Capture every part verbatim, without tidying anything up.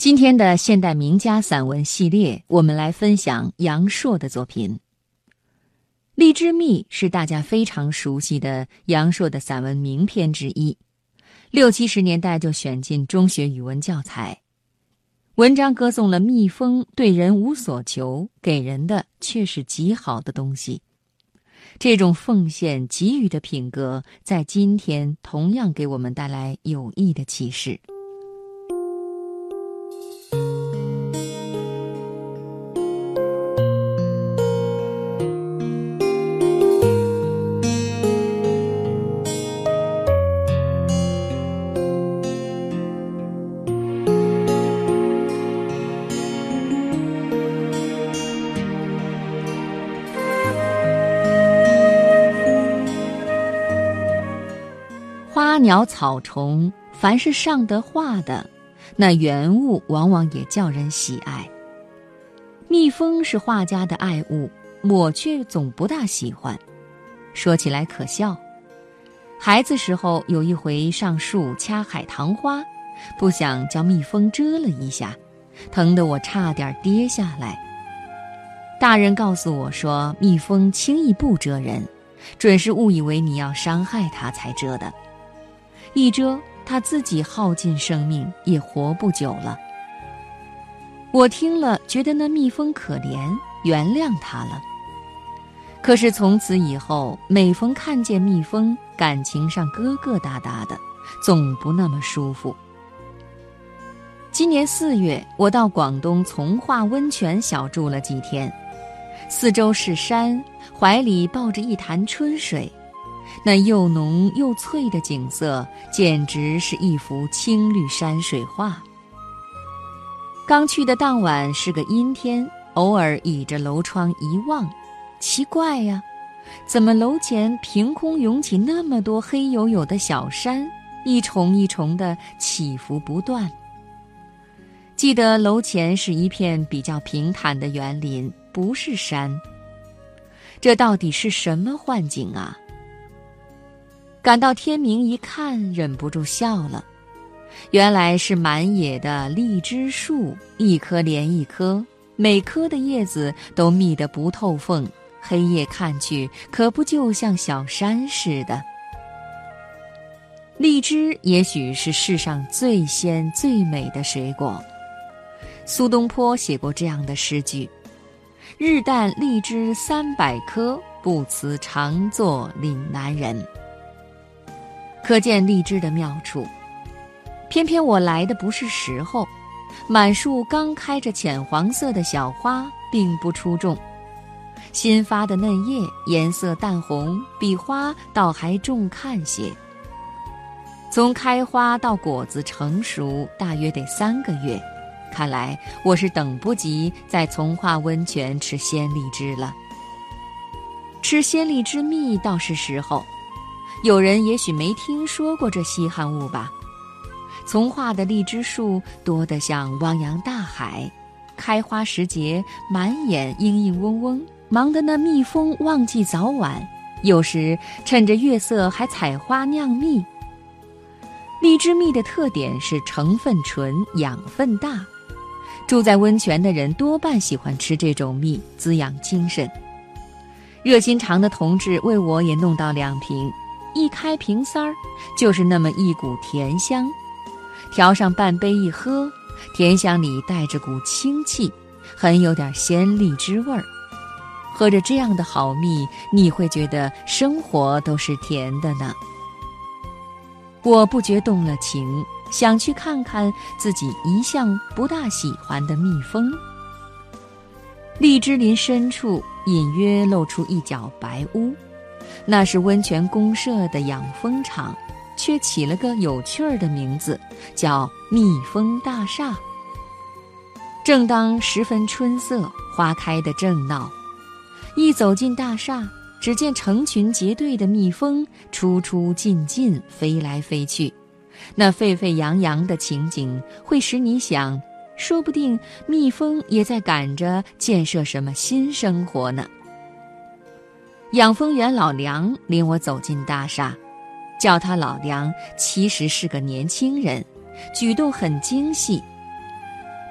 今天的现代名家散文系列，我们来分享杨朔的作品。荔枝蜜是大家非常熟悉的杨朔的散文名篇之一，六七十年代就选进中学语文教材。文章歌颂了蜜蜂对人无所求，给人的却是极好的东西。这种奉献给予的品格，在今天同样给我们带来有益的启示。花鸟草虫，凡是上得画的，那原物往往也叫人喜爱。蜜蜂是画家的爱物，我却总不大喜欢。说起来可笑，孩子时候有一回上树掐海棠花，不想叫蜜蜂蛰了一下，疼得我差点跌下来。大人告诉我说，蜜蜂轻易不蛰人，准是误以为你要伤害它才蛰的。一蛰，他自己耗尽生命，也活不久了。我听了，觉得那蜜蜂可怜，原谅他了。可是从此以后，每逢看见蜜蜂，感情上疙疙瘩瘩的，总不那么舒服。今年四月，我到广东从化温泉小住了几天，四周是山，怀里抱着一潭春水。那又浓又翠的景色，简直是一幅青绿山水画。刚去的当晚是个阴天，偶尔倚着楼窗一望，奇怪呀，怎么楼前凭空涌起那么多黑黝黝的小山，一重一重的起伏不断。记得楼前是一片比较平坦的园林，不是山。这到底是什么幻境啊？赶到天明一看，忍不住笑了。原来是满野的荔枝树，一棵连一棵，每棵的叶子都密得不透缝，黑夜看去可不就像小山似的。荔枝也许是世上最鲜最美的水果。苏东坡写过这样的诗句：日啖荔枝三百颗，不辞常作岭南人。可见荔枝的妙处。偏偏我来的不是时候，满树刚开着浅黄色的小花，并不出众。新发的嫩叶颜色淡红，比花倒还重看些。从开花到果子成熟，大约得三个月。看来我是等不及在从化温泉吃鲜荔枝了。吃鲜荔枝蜜倒是时候。有人也许没听说过这稀罕物吧。从化的荔枝树多得像汪洋大海，开花时节满眼莺莺嗡嗡，忙得那蜜蜂忘记早晚，有时趁着月色还采花酿蜜。荔枝蜜的特点是成分纯，养分大，住在温泉的人多半喜欢吃这种蜜，滋养精神。热心肠的同志为我也弄到两瓶，一开瓶塞儿，就是那么一股甜香，调上半杯一喝，甜香里带着股清气，很有点鲜荔枝味儿。喝着这样的好蜜，你会觉得生活都是甜的呢。我不觉动了情，想去看看自己一向不大喜欢的蜜蜂。荔枝林深处隐约露出一角白屋，那是温泉公社的养蜂场，却起了个有趣儿的名字，叫蜜蜂大厦。正当十分春色，花开得正闹，一走进大厦，只见成群结队的蜜蜂出出进进，飞来飞去，那沸沸扬扬的情景会使你想，说不定蜜蜂也在赶着建设什么新生活呢。养蜂员老梁领我走进大厦，叫他老梁其实是个年轻人，举动很精细。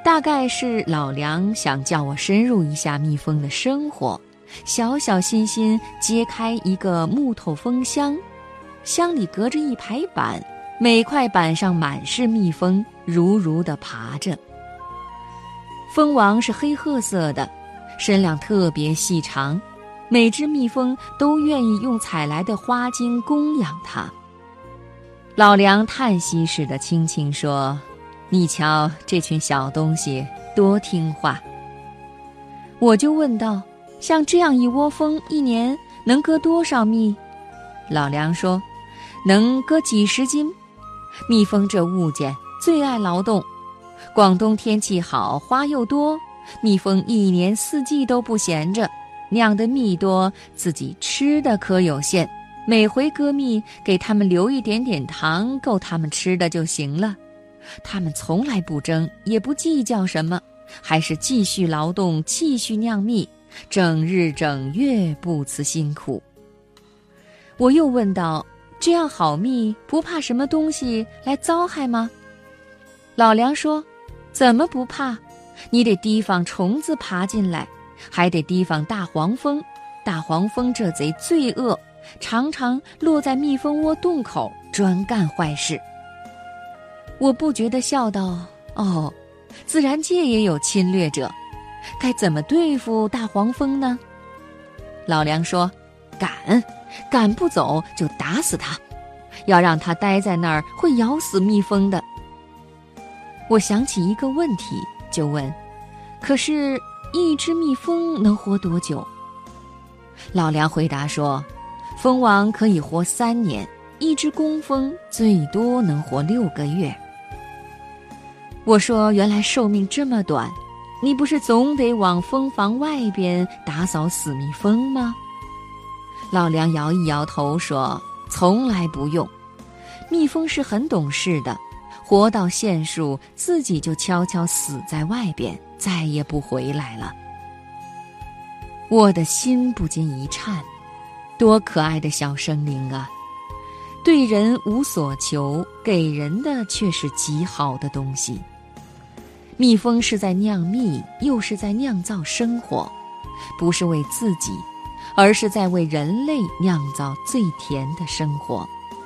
大概是老梁想叫我深入一下蜜蜂的生活，小小心心揭开一个木头蜂箱，箱里隔着一排板，每块板上满是蜜蜂，如如地爬着。蜂王是黑褐色的，身量特别细长，每只蜜蜂都愿意用采来的花茎供养它。老梁叹息似的轻轻说：“你瞧这群小东西多听话。”我就问道：“像这样一窝蜂，一年能割多少蜜？”老梁说：“能割几十斤。蜜蜂这物件最爱劳动，广东天气好，花又多，蜜蜂一年四季都不闲着，酿的蜜多，自己吃的可有限。每回割蜜，给他们留一点点糖，够他们吃的就行了。他们从来不争，也不计较什么，还是继续劳动，继续酿蜜，整日整月不辞辛苦。”我又问道：“这样好蜜，不怕什么东西来糟害吗？”老梁说：“怎么不怕？你得提防虫子爬进来，还得提防大黄蜂。大黄蜂这贼最恶，常常落在蜜蜂窝洞口，专干坏事。”我不觉得笑道：“哦，自然界也有侵略者，该怎么对付大黄蜂呢？”老梁说：“赶，赶不走就打死它，要让它待在那儿会咬死蜜蜂的。”我想起一个问题，就问：“可是，一只蜜蜂能活多久？”老梁回答说：“蜂王可以活三年，一只工蜂最多能活六个月。”我说：“原来寿命这么短，你不是总得往蜂房外边打扫死蜜蜂吗？”老梁摇一摇头说：“从来不用，蜜蜂是很懂事的，活到限数，自己就悄悄死在外边，再也不回来了。”我的心不禁一颤，多可爱的小生灵啊！对人无所求，给人的却是极好的东西。蜜蜂是在酿蜜，又是在酿造生活，不是为自己，而是在为人类酿造最甜的生活。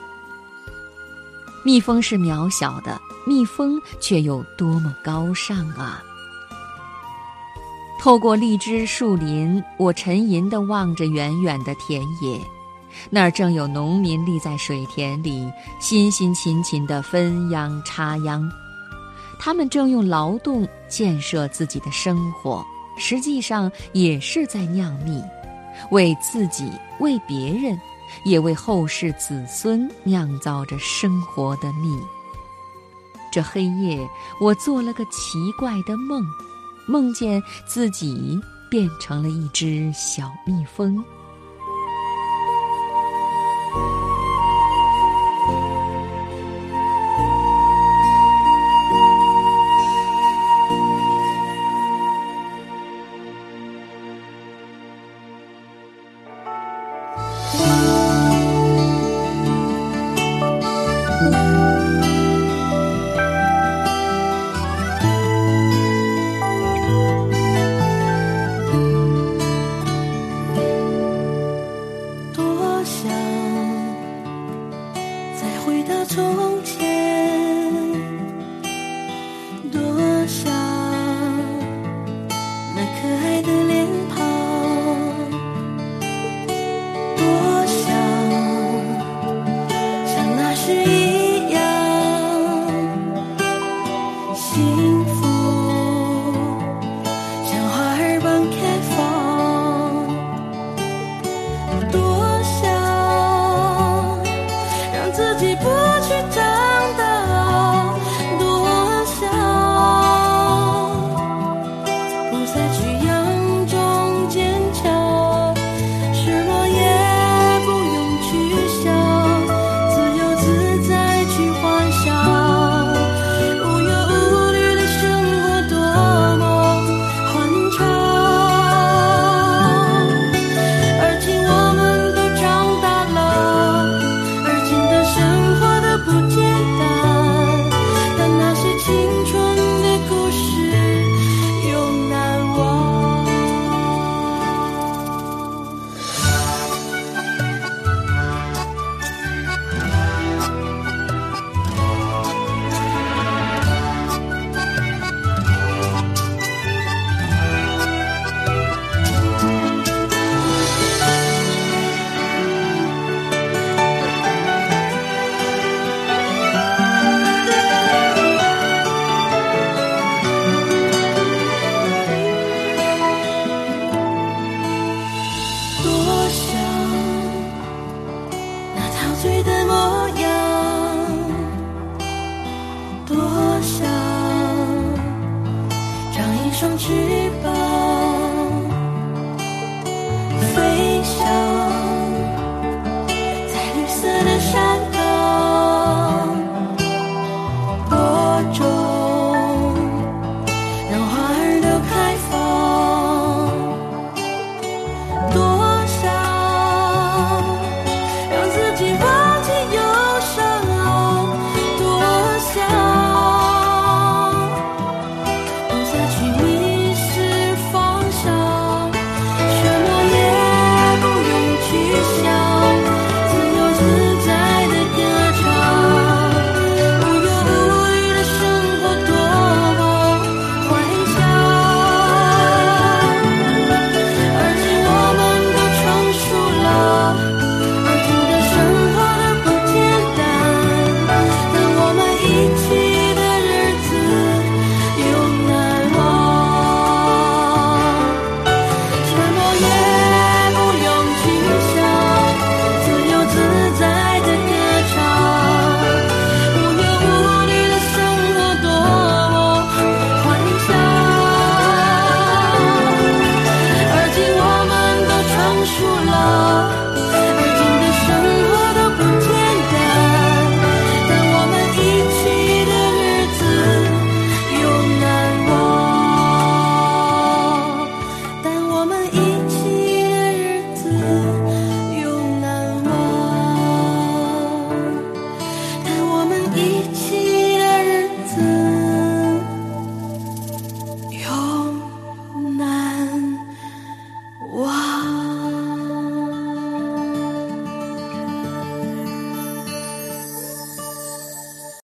蜜蜂是渺小的，蜜蜂却有多么高尚啊！透过荔枝树林，我沉吟地望着远远的田野，那儿正有农民立在水田里，辛辛勤勤地分秧插秧。他们正用劳动建设自己的生活，实际上也是在酿蜜，为自己，为别人，也为后世子孙酿造着生活的蜜。这黑夜，我做了个奇怪的梦，梦见自己变成了一只小蜜蜂。 想，长一双翅膀飞翔，在绿色的山岗播种。